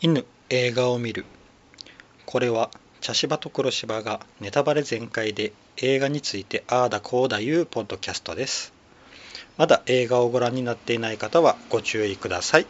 犬映画を見る。これは茶芝と黒芝がネタバレ全開で映画についてああだこうだいうポッドキャストです。まだ映画をご覧になっていない方はご注意ください。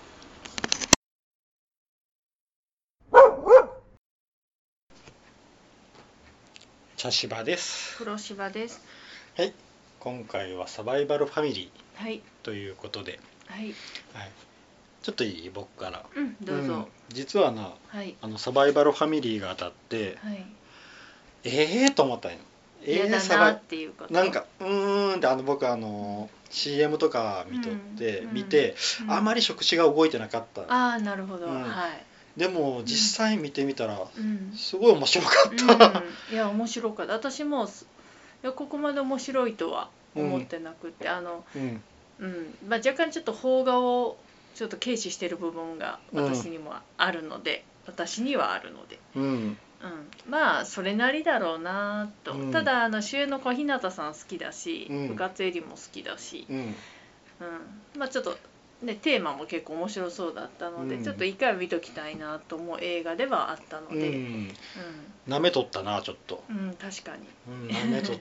茶芝です。 黒芝です。 はい、今回はサバイバルファミリはい。 ーということで、 はい。 はい、ちょっといい僕から、 どうぞ。 実はな、 はい。 サバイバルファミリーが当たって、 はい。 と思ったんよ。 嫌だなっていうこと。 なんかって僕CM とか見て、あまり触手が動いてなかった。 ああ、なるほど。はい。 でも実際見てみたら、すごい面白かった。 いや面白かった。私もここまで面白いとは思ってなくて、まあ若干ちょっと邦画をちょっと軽視してる部分が私にもあるので、私にはあるので。まあそれなりだろうなと、ただ主演の小日向さん好きだし、深津絵里も好きだし、まあちょっとねテーマも結構面白そうだったので、ちょっと一回は見ときたいなと思う映画ではあったので、 なめとったなちょっと。 確かに。 なめとった。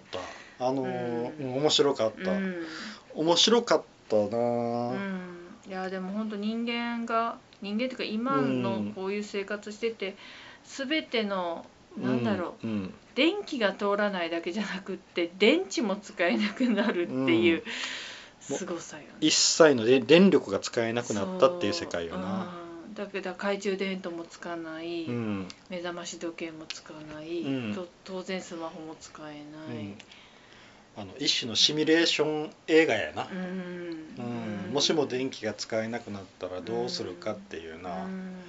面白かった。面白かったな。 いやでも本当人間っていうか今のこういう生活してて、全ての電気が通らないだけじゃなくって電池も使えなくなるっていうすごさよね。 一切の電力が使えなくなったっていう世界よな。 だけど懐中電灯もつかない、目覚まし時計もつかない、当然スマホも使えない、 一種のシミュレーション映画やな。もしも電気が使えなくなったらどうするかっていうな。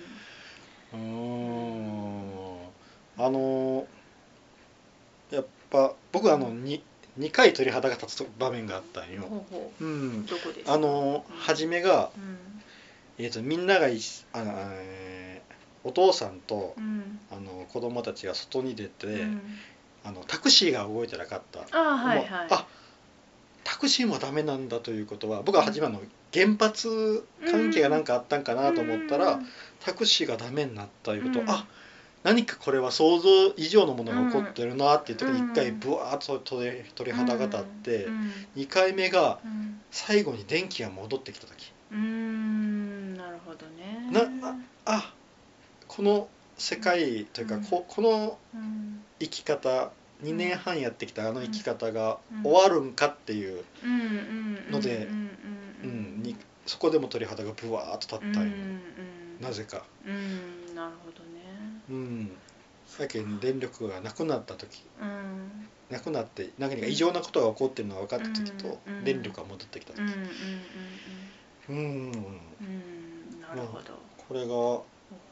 やっぱ僕2回鳥肌が立つ場面があったんよ。 どこですか？ 初めが、みんながお父さんと、子供たちが外に出て、タクシーが動いてなかった。タクシーもダメなんだということは、僕は初め原発関係が何かあったんかなと思ったら、タクシーがダメになったいうことは、何かこれは想像以上のものが起こってるなっていう時に1回ブワーッと鳥肌が立って、2回目が最後に電気が戻ってきた時、 なるほどね。 この世界というか、この生き方、2年半やってきた生き方が終わるんかっていうので、そこでも鳥肌がブワーッと立ったんよ、なぜか。 なるほどね。 だけど電力がなくなった時、なくなって何か異常なことが起こってるのが分かった時と、電力が戻ってきた時、 なるほど。 これが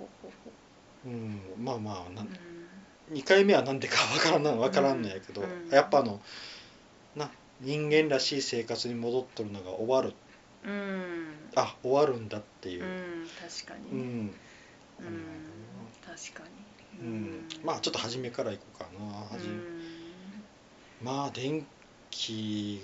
2回目は何でか分からんのやけど、やっぱ人間らしい生活に戻っとるのが終わる、終わるんだっていう、 確かに、確かに、 ちょっと初めからいこうかな。電気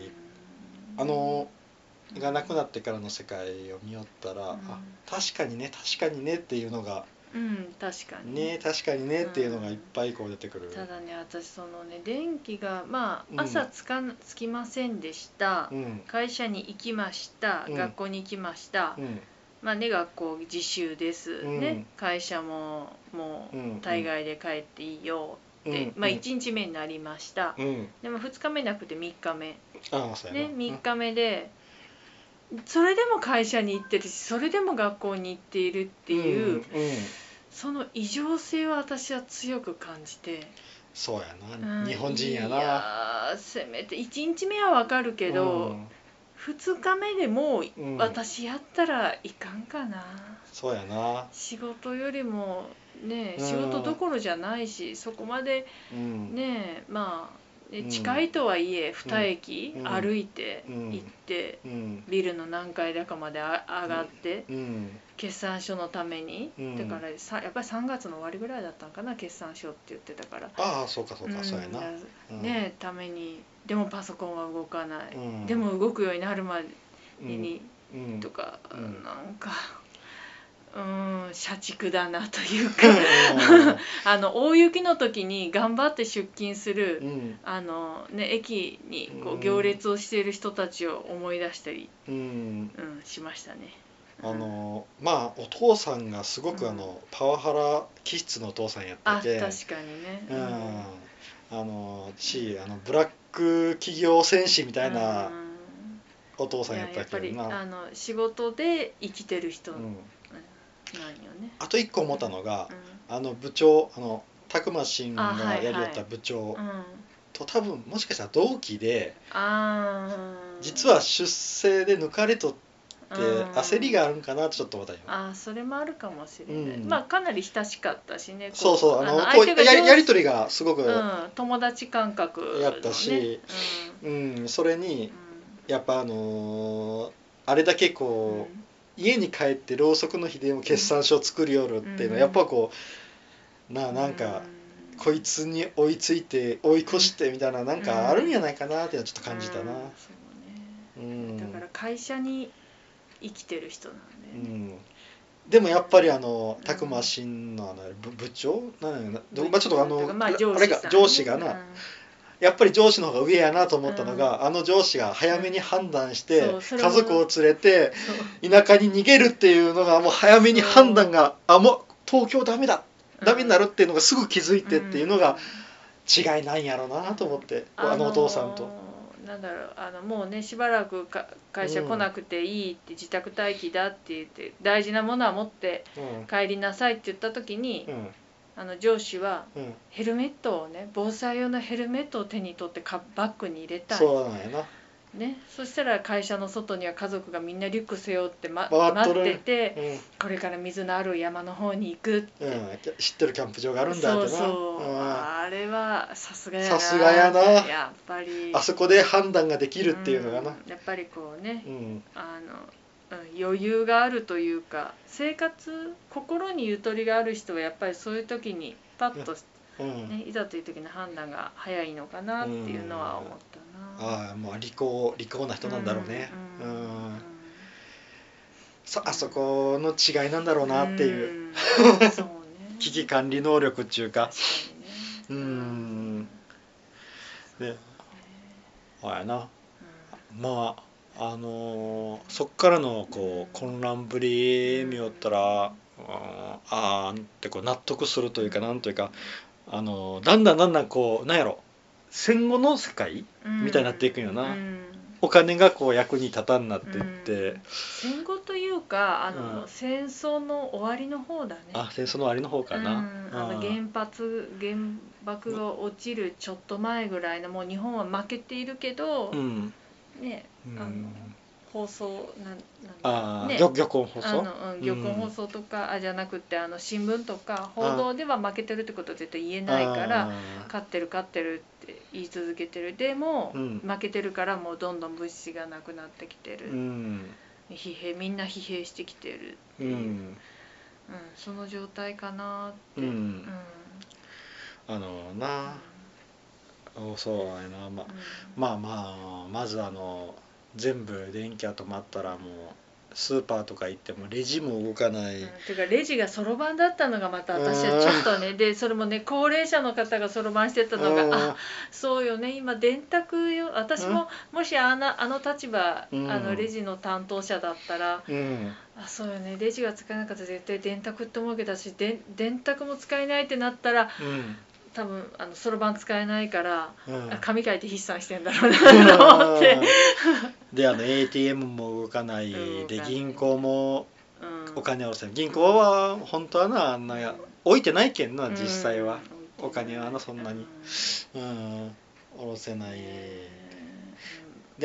がなくなってからの世界を見よったら、確かにねっていうのが、確かにねっていうのがいっぱいこう出てくる。 ただね、私電気が朝つきませんでした、会社に行きました、学校に行きました、学校自習ですね、会社ももう対外で帰っていいよって1日目になりました、でも2日目なくて3日目3日目で、それでも会社に行ってるし、それでも学校に行っているっていう、その異常性を私は強く感じて。 そうやな、日本人やな。 いやせめて1日目はわかるけど、2日目でもう私やったらいかんかな。 そうやな。 仕事よりもね、仕事どころじゃないし、そこまでね、近いとはいえ2駅歩いて行って、ビルの何階だかまで上がって、決算書のために、だからやっぱり3月の終わりぐらいだったのかな、決算書って言ってたから、 そうかそうやな、 ために。でもパソコンは動かない、でも動くようになるまでに、とか、なんか社畜だなというか大雪の時に頑張って出勤する、駅にこう行列をしている人たちを思い出したり、しましたね。 お父さんがすごくパワハラ気質のお父さんやったけ、 確かにね、 ブラック企業戦士みたいなお父さんやったけどな。 やっぱり仕事で生きてる人、なんよね。 あと一個思ったのが、部長たくましんがやりよった部長と多分もしかしたら同期で、実は出世で抜かれとって焦りがあるんかなってちょっと思ったよ。 それもあるかもしれない。かなり親しかったしね。 そうやり取りがすごく友達感覚やったし、それにやっぱあれだけこう家に帰ってろうそくの火でも決算書を作るよるっていうのはやっぱこうなんかこいつに追いついて追い越してみたいななんかあるんじゃないかなってちょっと感じたな。 だから会社に生きてる人なんで、 でもやっぱりたくましんの部長なんやな、ちょっと上司がな、やっぱり上司の方が上やなと思ったのが、上司が早めに判断して家族を連れて田舎に逃げるっていうのがもう早めに判断がもう東京ダメになるっていうのがすぐ気づいてっていうのが違いなんやろうなと思って、お父さんと。 なんだろう、もうねしばらく会社来なくていいって自宅待機だって言って大事なものは持って帰りなさいって言った時に、上司はヘルメットをね、防災用のヘルメットを手に取ってバッグに入れたい。 そうなんやな。 そしたら会社の外には家族がみんなリュック背負って待ってて、これから水のある山の方に行くって、 知ってるキャンプ場があるんだってな。 あれはさすがやな。 やっぱりあそこで判断ができるっていうのがな、 やっぱりこうね、余裕があるというか心にゆとりがある人はやっぱりそういう時にパッと、いざという時の判断が早いのかなっていうのは思ったな。 もう利口な人なんだろうね。あそこの違いなんだろうなっていう、危機管理能力っていうか、でやな、そっからのこう混乱ぶり見よったら、ってこう納得するというか、なんというか、だんだんこうなんやろ、戦後の世界みたいになっていくんよな。お金がこう役に立たんなっていって、 戦後というか戦争の終わりの方だね。 戦争の終わりの方かな。 原爆が落ちるちょっと前ぐらいの、もう日本は負けているけど、放送玉音放送、 玉音放送とかじゃなくて新聞とか報道では負けてるってことは絶対言えないから、勝ってるって言い続けてる。でも、負けてるからもうどんどん物資がなくなってきてる、みんな疲弊してきてるっていう、その状態かなって。 そうやな。まず全部電気が止まったらもうスーパーとか行ってもレジも動かない、 てかレジがそろばんだったのがまた私はちょっとね、でそれもね高齢者の方がそろばんしてたのが、そうよね、今電卓よ。私ももしあの立場、レジの担当者だったら、そうよね、レジが使えなかったら絶対電卓って思うけど、私電卓も使えないってなったら、多分そろばん使えないから、紙書いて筆算してんだろうなと思ってでATM も動かないで、銀行もお金を下ろせない。銀行は本当はな置いてないけんな、実際はお金はそんなに下ろせないで、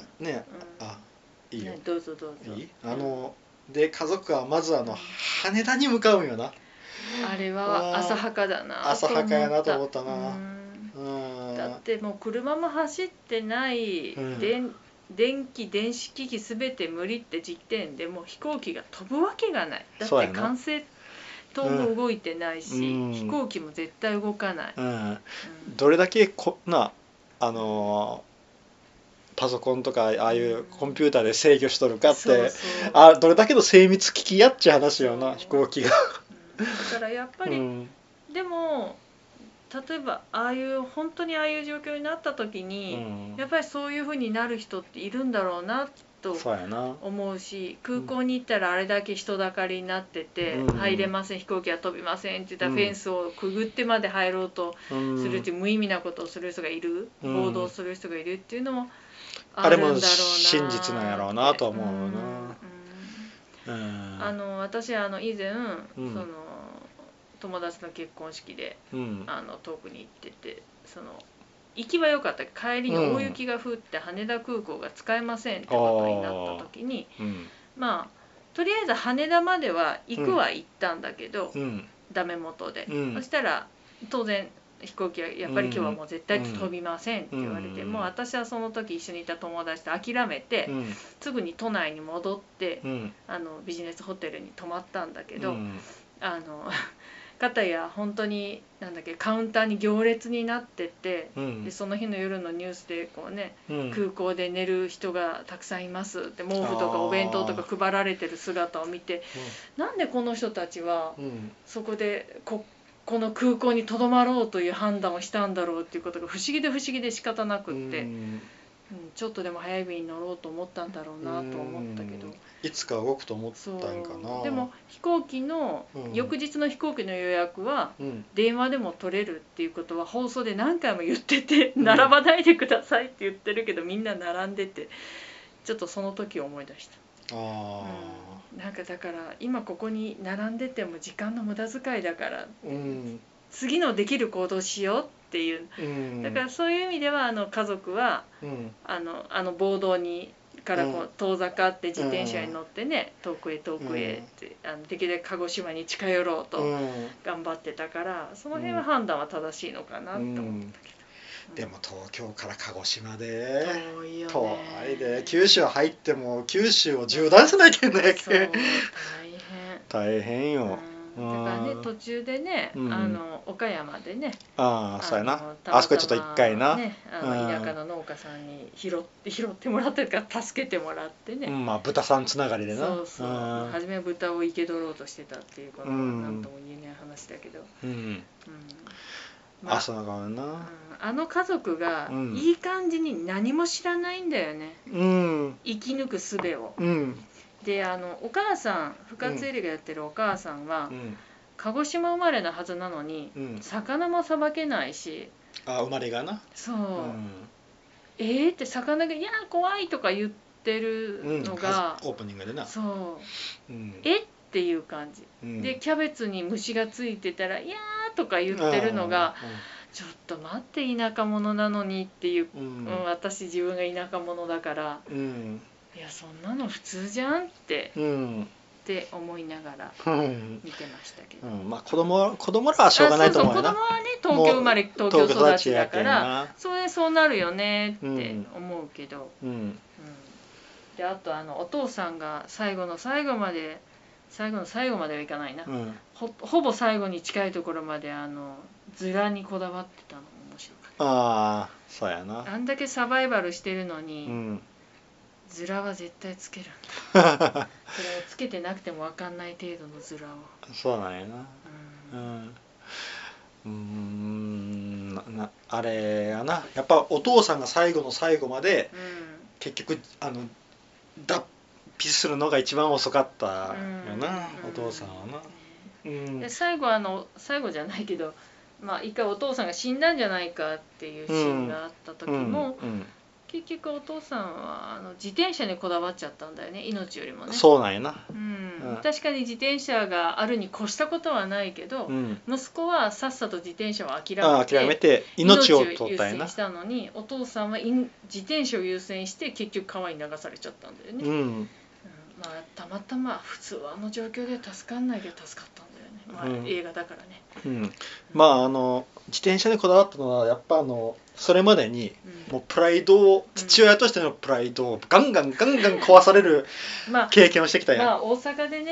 いいよ、 どうぞいい？で家族はまず羽田に向かうんよな。 あれは浅はかだな、 浅はかやなと思ったな。 だってもう車も走ってない、電子機器全て無理って時点でもう飛行機が飛ぶわけがない。だって管制塔も動いてないし、飛行機も絶対動かない、 どれだけパソコンとかああいうコンピューターで制御しとるかって、どれだけの精密機器やっちゃ話よな、飛行機が。 だからやっぱり、でも例えば本当にああいう状況になった時に、やっぱりそういう風になる人っているんだろうなと思うし、空港に行ったらあれだけ人だかりになってて、入れません、飛行機は飛びませんって言ったら、フェンスをくぐってまで入ろうとするっていう無意味なことをする人がいる、暴動する人がいるっていうのもあるんだろうな。あれも真実なんやろうなと思うな。私以前その友達の結婚式で、遠くに行ってて、行きは良かったけど帰りに大雪が降って羽田空港が使えませんってことになった時に、まあとりあえず羽田までは行ったんだけど、ダメ元で、そしたら当然飛行機はやっぱり今日はもう絶対飛びませんって言われて、もう私はその時一緒にいた友達と諦めて、すぐに都内に戻って、ビジネスホテルに泊まったんだけど、片や本当にカウンターに行列になってて、でその日の夜のニュースでこうね、空港で寝る人がたくさんいますって毛布とかお弁当とか配られてる姿を見て、なんでこの人たちはそこでこの空港にとどまろうという判断をしたんだろうっていうことが不思議で仕方なくって、ちょっとでも早い便に乗ろうと思ったんだろうなと思ったけど、 いつか動くと思ったんかな。 でも飛行機の、翌日の飛行機の予約は電話でも取れるっていうことは放送で何回も言ってて、並ばないでくださいって言ってるけどみんな並んでて、ちょっとその時を思い出した。だから今ここに並んでても時間の無駄遣いだから、次のできる行動しようっていう、だからそういう意味では家族は、暴動にから遠ざかって自転車に乗ってね、遠くへって、できるだけ鹿児島に近寄ろうと頑張ってたから、その辺は判断は正しいのかなと思ったけど。 でも東京から鹿児島で遠いよね。 遠いで、九州入っても九州を縦断しなきゃいけないけど大変よ。 だからね、途中でね、岡山でね、 そうやな、あそこちょっと一回な、 田舎の農家さんに拾ってもらったりとか助けてもらってね、 豚さんつながりでな。 初めは豚を生け取ろうとしてたっていうことは何とも言えない話だけど、 そうだからな、 家族がいい感じに何も知らないんだよね、生き抜く術を。でお母さん、深津絵里がやってるお母さんは、鹿児島生まれのはずなのに、魚もさばけないし、 生まれがな、 そう、って魚が「いや怖い」とか言ってるのが、 オープニングでな、 そう、っていう感じ、でキャベツに虫がついてたら「いや」とか言ってるのが、ちょっと待って田舎者なのにっていう、私自分が田舎者だから、いやそんなの普通じゃんって思いながら見てましたけど、 子供らはしょうがないと思うよな。 子供はね、東京生まれ東京育ちだからそうなるよねって思うけど、であとお父さんが最後の最後まではいかないな、ほぼ最後に近いところまでズラにこだわってたのも面白かった。 そうやな。 あんだけサバイバルしてるのに、ズラは絶対つけるんだ。それをつけてなくても分かんない程度のズラを。 そうなんやな。あれやな、やっぱお父さんが最後の最後まで、結局脱皮するのが一番遅かったよな、お父さんはな。 で最後じゃないけど、一回お父さんが死んだんじゃないかっていうシーンがあった時も、結局お父さんは自転車にこだわっちゃったんだよね、命よりもね。 そうなんやな。 確かに自転車があるに越したことはないけど、息子はさっさと自転車を諦めて命を優先したのに、お父さんは自転車を優先して結局川に流されちゃったんだよね。たまたま普通は状況で助かんないけど助かったんだよね、映画だからね。 自転車にこだわったのはやっぱそれまでにもうプライドを、父親としてのプライドをガンガン壊される経験をしてきたやん。 大阪でね、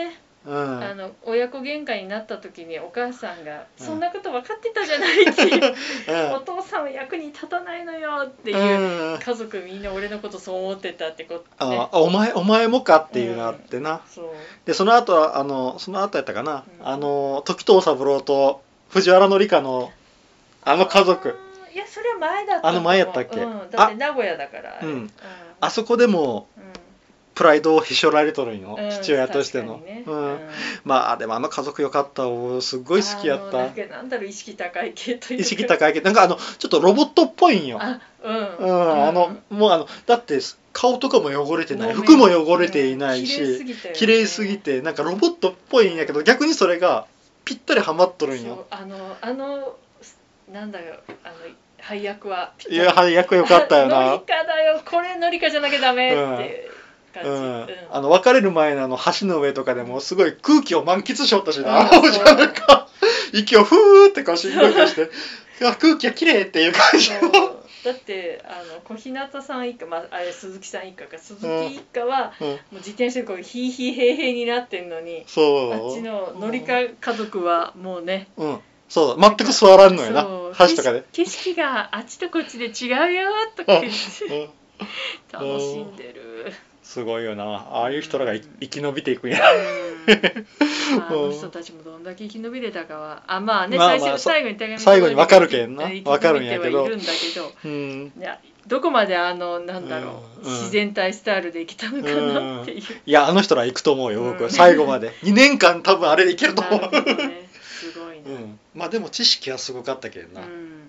親子喧嘩になった時にお母さんが「そんなこと分かってたじゃない」っていう「お父さんは役に立たないのよ」っていう家族みんな俺のことそう思ってたってこと、ね、 お前もかっていうのあってな、でその後やったかな、時藤三郎と藤原紀香の家族、 いやそれは前だった。 前やったっけ、 だって名古屋だから、 あそこでも、プライドをへし折られとるんよ、父親としての、まあでも家族よかったすっごい好きやった。 なんだろう、意識高い系というか、 意識高い系、なんかちょっとロボットっぽいんよ。もうだって顔とかも汚れてない、服も汚れていないし、綺麗すぎてなんかロボットっぽいんやけど、逆にそれがぴったりハマっとるんよ。 なんだよ、配役は。 いや配役よかったよな。 のりかだよ、これのりかじゃなきゃダメって感じ。 別れる前の橋の上とかでもすごい空気を満喫しよったしな。なんか息をふーってこうしんどくして空気が綺麗っていう感じ。 だって小日向さん一家、あれ鈴木さん一家か、鈴木一家は、もう自転車でこうヒーヒーヘーヘーになってんのに、あっちののりか家族はもうね、 そう全く座らんのよな、橋とかで。 景色があっちとこっちで違うよとか言って楽しんでる。 すごいよな、ああいう人らが生き延びていくんや。 あの人たちもどんだけ生き延びれたかはまあね、最後に分かるけんな、分かるんやけど、 いるんだけど、いやどこまでなんだろう、自然体スタイルで生きたのかなっていう。 いやあの人ら行くと思うよ、僕最後まで2年間多分あれでいけると思う。 すごいな。 まあでも知識はすごかったけどな。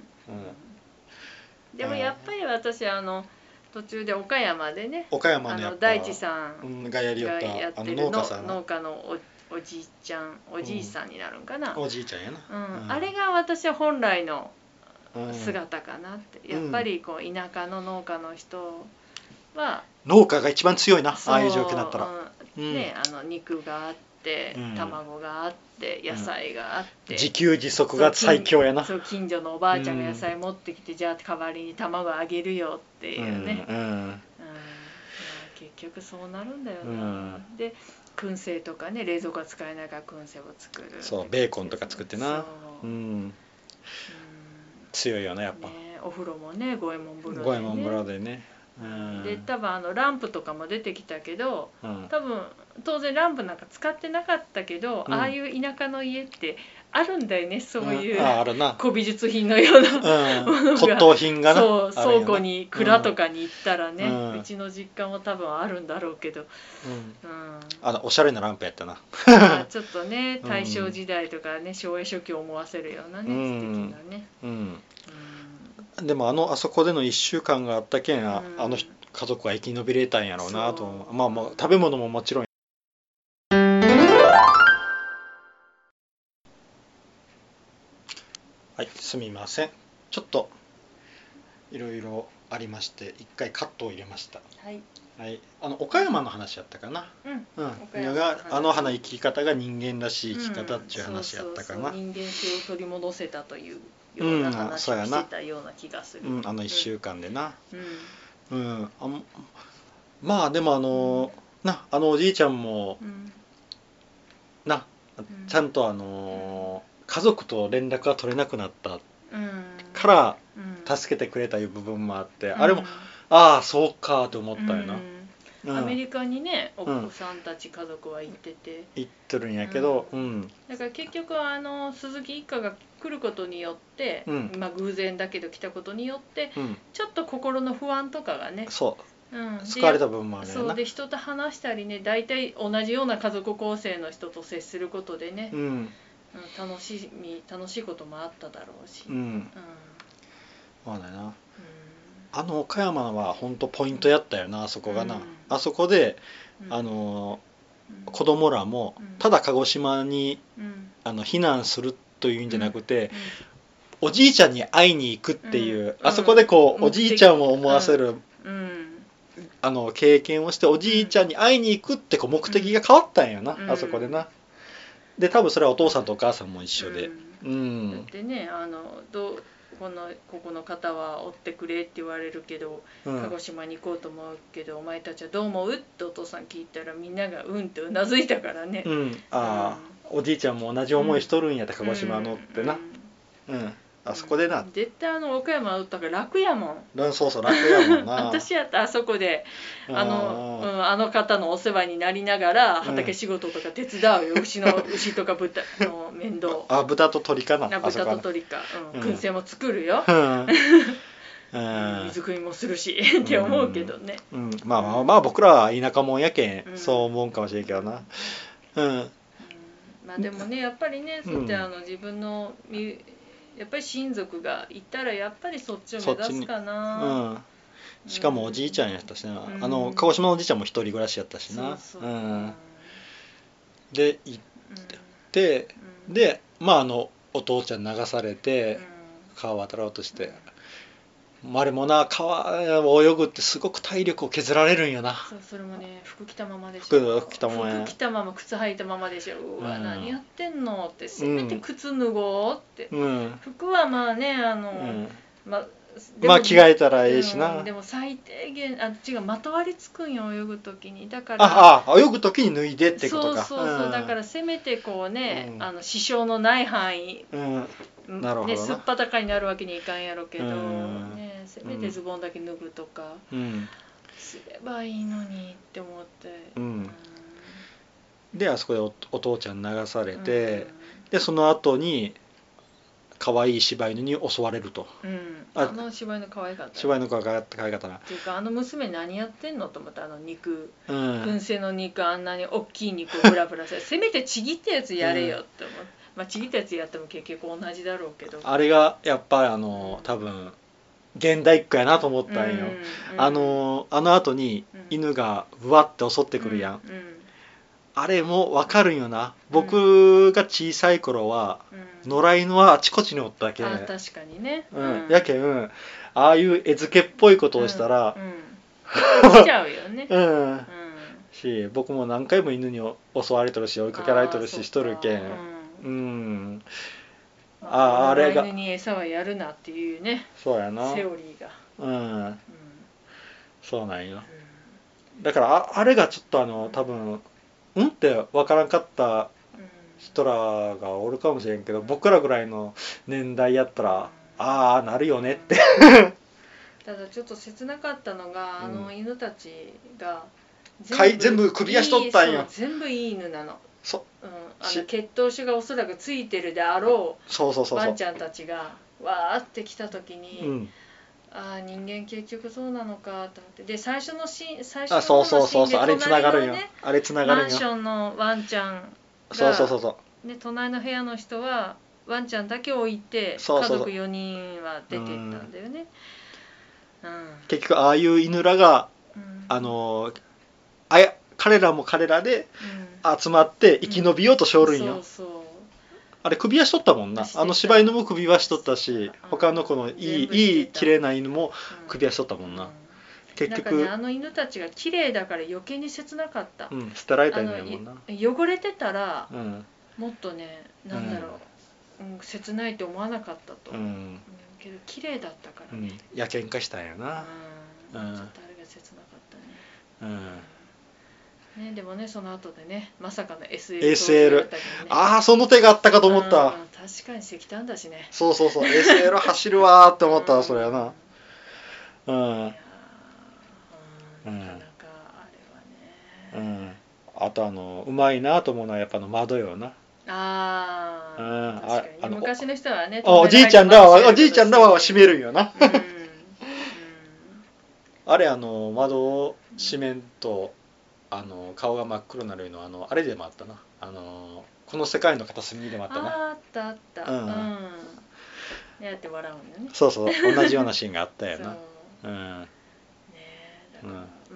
でもやっぱり私途中で岡山でね、大地さんがやった農家さん、 農家のおじいちゃん、おじいさんになるんかな、 おじいちゃんやな、 あれが私は本来の姿かなって。やっぱりこう田舎の農家の人は農家が一番強いな、ああいう状況になったら、 ね、肉があって卵があって野菜があって、 自給自足が最強やな。 そう、近所のおばあちゃんが野菜持ってきて、じゃあ代わりに卵あげるよっていうね、結局そうなるんだよな。で燻製とかね、冷蔵庫は使えないから燻製を作る。 そうベーコンとか作ってな。強いよねやっぱ。 お風呂もね、五右衛門風呂でね。 五右衛門風呂でね。 で多分ランプとかも出てきたけど、多分当然ランプなんか使ってなかったけど、ああいう田舎の家ってあるんだよね、そういう古美術品のようなものが、 骨董品がな、 そう倉庫に蔵とかに行ったらね、うちの実家も多分あるんだろうけど、 おしゃれなランプやったな。 ちょっとね、大正時代とかね、昭和初期を思わせるようなね、素敵なね。 でもあそこでの1週間があったけん、の家族は生き延びれたんやろうなと思う。まあ食べ物ももちろん。はい、すみません、ちょっといろいろありまして一回カットを入れました。はい、岡山の話やったかな。花生き方が人間らしい生き方っていう話やったかな。 人間性を取り戻せたというような話をしてたような気がする。 1週間でな。まあでもおじいちゃんもちゃんと家族と連絡が取れなくなったから助けてくれたいう部分もあって、あれもああそうかと思ったよな。 アメリカにね、お子さんたち家族は行ってるんやけど、 だから結局鈴木一家が来ることによって、偶然だけど来たことによって、ちょっと心の不安とかがね、 救われた部分もあるよな。 そうで、人と話したりね、大体同じような家族構成の人と接することでね、楽しいこともあっただろうし。 そうだな。岡山は本当ポイントやったよな、あそこがな。あそこで子供らもただ鹿児島に避難するというんじゃなくて、おじいちゃんに会いに行くっていう、あそこでこうおじいちゃんを思わせる経験をして、おじいちゃんに会いに行くってこう目的が変わったんよな、あそこでな。で多分それはお父さんとお母さんも一緒で。 だってね、 ここの方は追ってくれって言われるけど、鹿児島に行こうと思うけどお前たちはどう思うってお父さん聞いたらみんながうんってうなずいたからね、 おじいちゃんも同じ思いしとるんやって、鹿児島のってな、あそこでな、 絶対岡山おったから楽やもん。そう楽やもんな。 私やったらあそこであの方のお世話になりながら畑仕事とか手伝うよ、牛とか豚の面倒。 豚と鳥かな。 豚と鳥か、燻製も作るよ、水汲みもするしって思うけどね。 まあ僕らは田舎もんやけん、そう思うんかもしれんけどな。 まあでもねやっぱりね、そうやって自分のやっぱり親族がいたらやっぱりそっちを目指すかな。 しかもおじいちゃんやったしな、鹿児島のおじいちゃんも一人暮らしやったしな。で行ってでお父ちゃん流されて川渡ろうとして、あれもな、川を泳ぐってすごく体力を削られるんよな。 それもね、服着たままでしょ。 服着たまま靴履いたままでしょ。うわ、何やってんのって、せめて靴脱ごうって、服はまあね着替えたらええしな。 でも最低限まとわりつくんよ、泳ぐ時に。だから泳ぐ時に脱いでってことか。 そうだからせめてこうね、支障のない範囲、 なるほどな。 すっぱだかになるわけにいかんやろけど、せめてズボンだけ脱ぐとかすればいいのにって思って。 であそこで お父ちゃん流されて、でその後に可愛い柴犬に襲われると。 あの柴犬可愛かった。 柴犬可愛かったな。 っていうか娘何やってんのと思った。肉、燻製の肉、あんなに大きい肉をブラブラさせめてちぎったやつやれよって思って。ちぎったやつやっても結局同じだろうけど、 あれがやっぱり多分現代っ子やなと思ったんよ。あの後に犬がブワッて襲ってくるやん。あれも分かるんよな。僕が小さい頃は野良犬はあちこちにおったけん。 確かにね。 やけんああいう餌付けっぽいことをしたらしちゃうよね。 し僕も何回も犬に襲われとるし追いかけられとるししとるけん。あれが犬に餌はやるなっていうね。 そうやな。 セオリーが。 そうなんよ。だからあれがちょっと多分って分からんかった人らがおるかもしれんけど、僕らぐらいの年代やったらなるよねってただちょっと切なかったのが犬たちが全部首輪しとったんよ。 全部いい犬なの。血統種がおそらくついてるであろうワンちゃんたちがわーって来た時に、人間結局そうなのかと思って。で最初のシーンであれつながるよ。あれつながるよ。 マンションのワンちゃんが隣の部屋の人はワンちゃんだけ置いて家族4人は出て行ったんだよね。 結局ああいう犬らが彼らも彼らで集まって生き延びようとしおるんよ。あれ首輪しとったもんな。柴犬も首輪しとったし、他のこのいい綺麗な犬も首輪しとったもんな。 結局なんかね、犬たちが綺麗だから余計に切なかった。 捨てられた犬やもんな。 汚れてたらもっとね、なんだろう、切ないって思わなかったと。けど綺麗だったからね。 やけんかしたんやな。 ちょっとあれが切なかったね。でもね、その後でね、まさかの SL、 その手があったかと思った。 確かに石炭だしね。 そう SL 走るわって思ったそれやな。なかなかあれはね。あとうまいなと思うのはやっぱ窓よな。 確かに昔の人はね、 おじいちゃんらは閉めるんよな。あれ窓を閉めんと顔が真っ黒になるのあれでもあったな。この世界の片隅でもあったな。 あったやって笑うんだよね。 そう同じようなシーンがあったよな。 そういう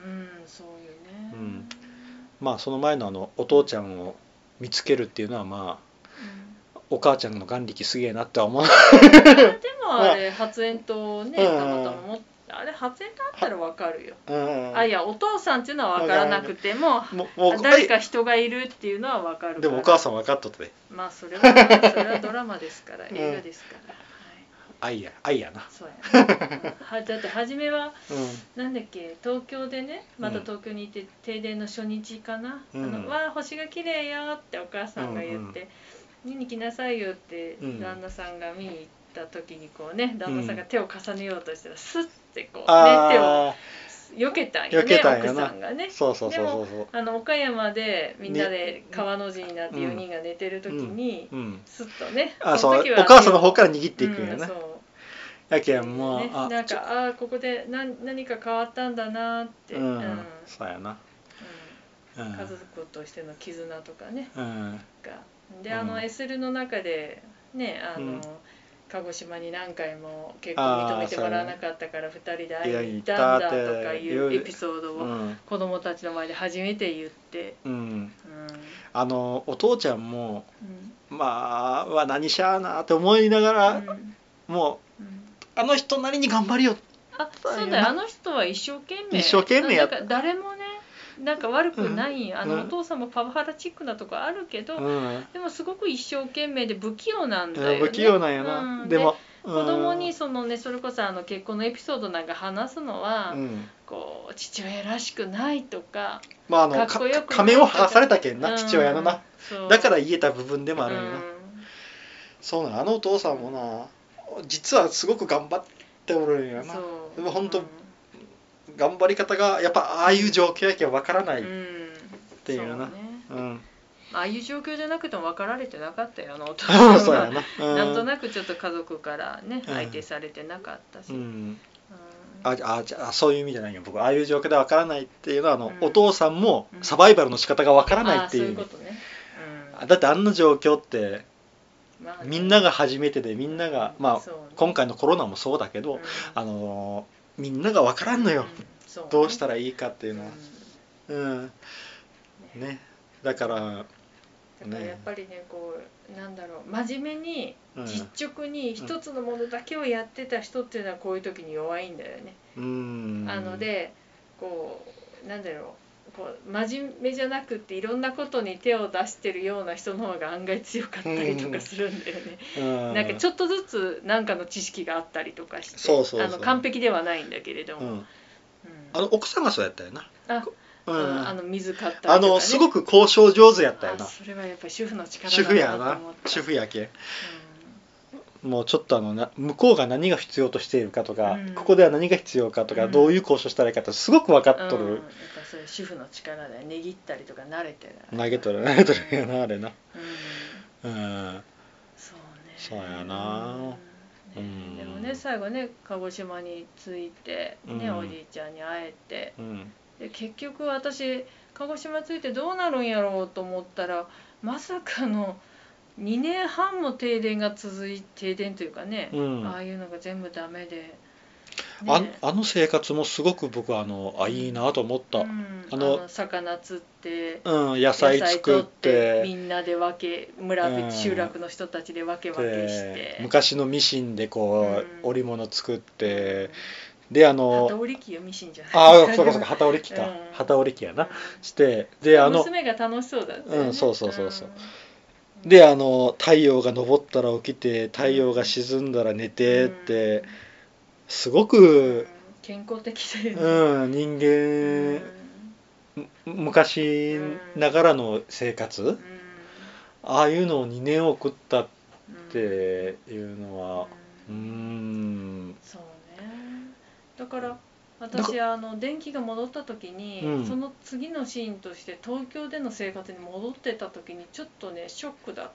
ね。 まあその前のお父ちゃんを見つけるっていうのはお母ちゃんの眼力すげえなって思う。 でもあれ発煙筒ね、たまたま持って。あれ発煙筒あったら分かるよ。いやお父さんっていうのは分からなくても誰か人がいるっていうのは分かるから。 でもお母さん分かっとって。 それはドラマですから、映画ですから。 愛やな。 そうやなだって初めは、なんだっけ東京でねまた東京にいて、停電の初日かな、わあ星が綺麗よってお母さんが言って、見に来なさいよって旦那さんが見に行った時にこうね旦那さんが手を重ねようとしたらスッてこうね手を避けたんよね奥さんがね。でも岡山でみんなで川の字になって4人が寝てる時にスッとね、 その時はお母さんの方から握っていくんやね。やけんもうなんかここで何か変わったんだなって。 そうやな。 家族としての絆とかね。でSL の中でね鹿児島に何回も結構認めてもらわなかったから2人で会いに行ったんだとかいうエピソードを子供たちの前で初めて言って、 お父ちゃんも、まあ何しゃあなって思いながら、もう、あの人なりに頑張りよ。 そうだよ、あの人は一生懸命やった。誰もねなんか悪くない、お父さんもパワハラチックなとこあるけど、でもすごく一生懸命で不器用なんだよね。 不器用なんやな。でも子供にそのねそれこそ結婚のエピソードなんか話すのは、こう父親らしくないとか、かっこよくないとか、 仮面を剥がされたけんな、父親のな。だから言えた部分でもあるんやな。そうなの、お父さんもな実はすごく頑張っておるんやな。でも本当頑張り方がやっぱああいう状況やけん分からないっていうな。 ああいう状況じゃなくても分かられてなかったよお父さんは。なんとなくちょっと家族からね相手されてなかったし。 じゃあそういう意味じゃないよ。僕ああいう状況で分からないっていうのはお父さんもサバイバルの仕方が分からないっていう。だってあんな状況ってみんなが初めてでみんなが今回のコロナもそうだけどみんなが分からんのよ。どうしたらいいかっていうのは。ね。だからやっぱりねこうなんだろう真面目に実直に一つのものだけをやってた人っていうのはこういう時に弱いんだよね。でこうなんだろうこう真面目じゃなくっていろんなことに手を出してるような人の方が案外強かったりとかするんだよね。なんかちょっとずつ何かの知識があったりとかして完璧ではないんだけれども、 奥さんがそうやったよな。 水買ったりとかね。 すごく交渉上手やったよな。 それはやっぱり主婦の力だなと思った。主婦やけ。もうちょっと向こうが何が必要としているかとか、ここでは何が必要かとか、どういう交渉したらいいかってすごく分かっとる。 やっぱそういう主婦の力でねぎったりとか慣れてる。 投げとるよなあれな。そうやな。 でもね最後ね鹿児島に着いてねおじいちゃんに会えて。で結局私鹿児島着いてどうなるんやろうと思ったらまさかの2年半も停電が続いて停電というかね、ああいうのが全部ダメで、 あの生活もすごく僕はいいなと思った。 魚釣って、 野菜作ってみんなで村で集落の人たちで分けして昔のミシンでこう織物作って。で機織り機よミシンじゃない。 そうか機織り機か。機織り機やな。してで娘が楽しそうだったよね。 そう。で太陽が昇ったら起きて太陽が沈んだら寝てってすごく健康的だよね。 人間昔ながらの生活ああいうのを2年送ったっていうのはそうね。だから私電気が戻った時に、その次のシーンとして東京での生活に戻ってた時にちょっとねショックだった。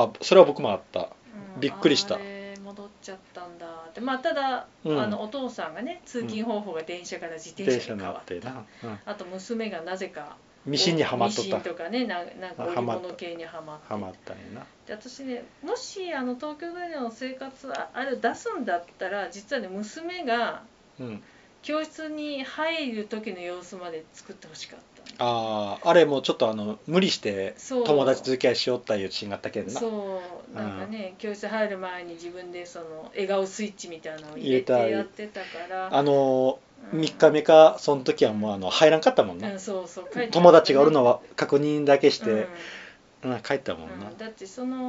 それは僕もあった。びっくりした。 戻っちゃったんだって。ただ、お父さんがね通勤方法が電車から自転車に変わった。あと娘がなぜかミシンにはまっとった。 ミシンとかねなんか織物系にはまったんやな。で私ねもし東京での生活出すんだったら実はね娘が教室に入る時の様子まで作ってほしかった。 あれもちょっと無理して友達付き合いしよったいうシーンがあったけどな。 そうなんかね、教室入る前に自分でその笑顔スイッチみたいなのを入れてやってたから 3日目かその時はもう入らんかったもんな。 そう友達がおるのは確認だけして、帰ったもんな。 だってその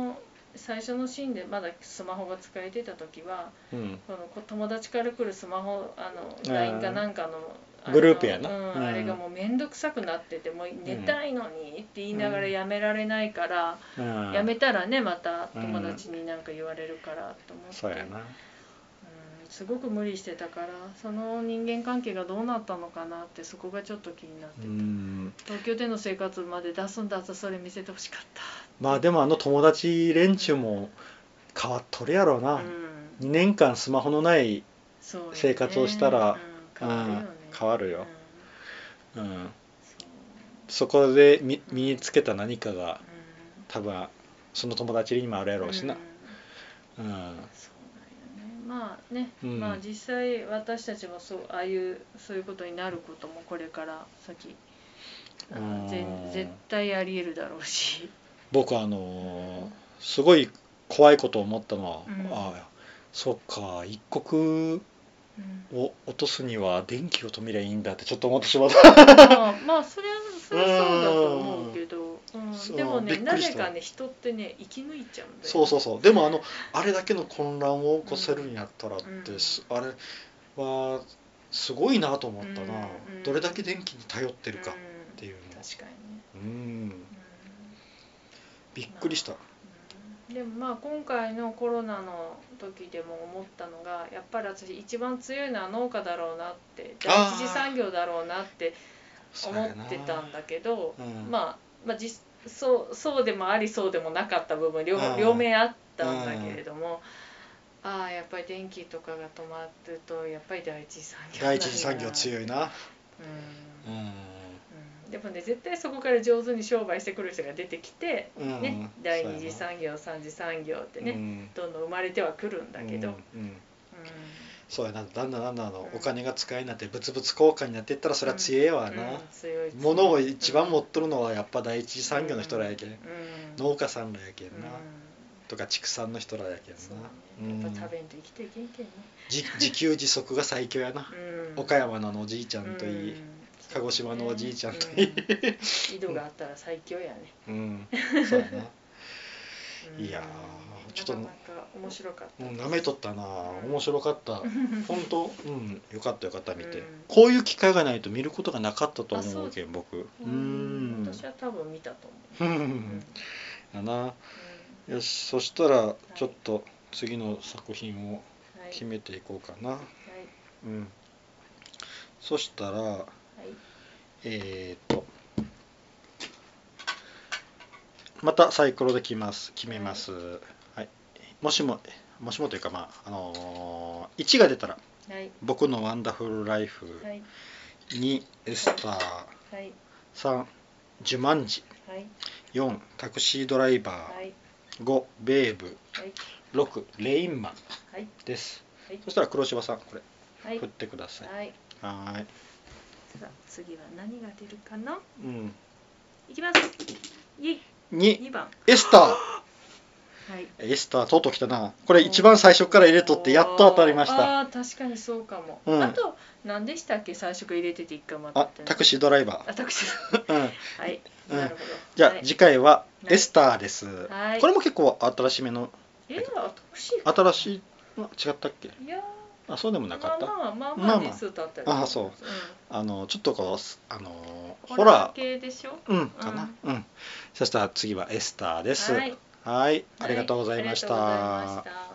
最初のシーンでまだスマホが使えてた時は、 うん、 この友達から来るスマホLINE かなんかのグループやな、 あれがもうめんどくさくなってて、もう寝たいのにって言いながらやめられないから、やめたらねまた友達になんか言われるからと思って、 そうやな、 すごく無理してたから、その人間関係がどうなったのかなって、そこがちょっと気になってた。東京での生活まで出すんだったらそれ見せてほしかった。 まあでも友達連中も変わっとるやろうな、2年間スマホのない生活をしたら、変わるよ、そこで身につけた何かが、多分その友達にもあるやろうしな、 まあね、まあ実際私たちもそういうことになることもこれから先絶対ありえるだろうし、 僕すごい怖いことを思ったのは、そっか、一刻を落とすには電気を止めりゃいいんだってちょっと思ってしまった。 まあそれはそうだと思うけど、でもね、なぜかね人ってね生き抜いちゃうんだよ、 そうでもあれだけの混乱を起こせるんやったらって、あれはすごいなと思ったな、どれだけ電気に頼ってるかっていうの、 確かにね、 びっくりした。 でもまあ今回のコロナの時でも思ったのが、やっぱり私一番強いのは農家だろうなって、第一次産業だろうなって思ってたんだけど、まあそうでもありそうでもなかった部分両面あったんだけれども、やっぱり電気とかが止まるとやっぱり第一次産業強いな。 でもね、絶対そこから上手に商売してくる人が出てきて、第二次産業三次産業ってね、どんどん生まれてはくるんだけど、 そうやな、だんだんお金が使えになって物々交換になっていったらそれは強えわな、物を一番持っとるのはやっぱ第一次産業の人らやけん、農家さんらやけんな、とか畜産の人らやけんな、 やっぱ食べんと生きていけんけんね、 自給自足が最強やな、岡山のおじいちゃんといい、鹿児島のおじいちゃんといい、 井戸があったら最強やね。 そうやな。いやちょっとなかなか面白かった。 なめとったな、面白かった。本当、よかった見て。こういう機会がないと見ることがなかったと思うけん僕。 私は多分見たと思う。 やな。よし、そしたらちょっと次の作品を決めていこうかな。そしたら。またサイコロで決めます。はい。もしもというか1が出たら、僕のワンダフルライフ、2エスター、3ジュマンジ、4タクシードライバー、5ベーブ、6レインマンです。そしたら黒柴さんこれ振ってください。はい。 さあ次は何が出るかな。いきます。2番エスター。エスターとうとう来たな。これ一番最初から入れとってやっと当たりました。 確かにそうかも。あと何でしたっけ、最初から入れてて一回待って。 タクシードライバー。 タクシー。はい。なるほど。 じゃあ次回はエスターです。これも結構新しめの。新しい違ったっけ？いや。そうでもなかった。 まあ年数経ったよ。 そう。ちょっとこうホラー系でしょ。 かな。そしたら次はエスターです。はい、ありがとうございました。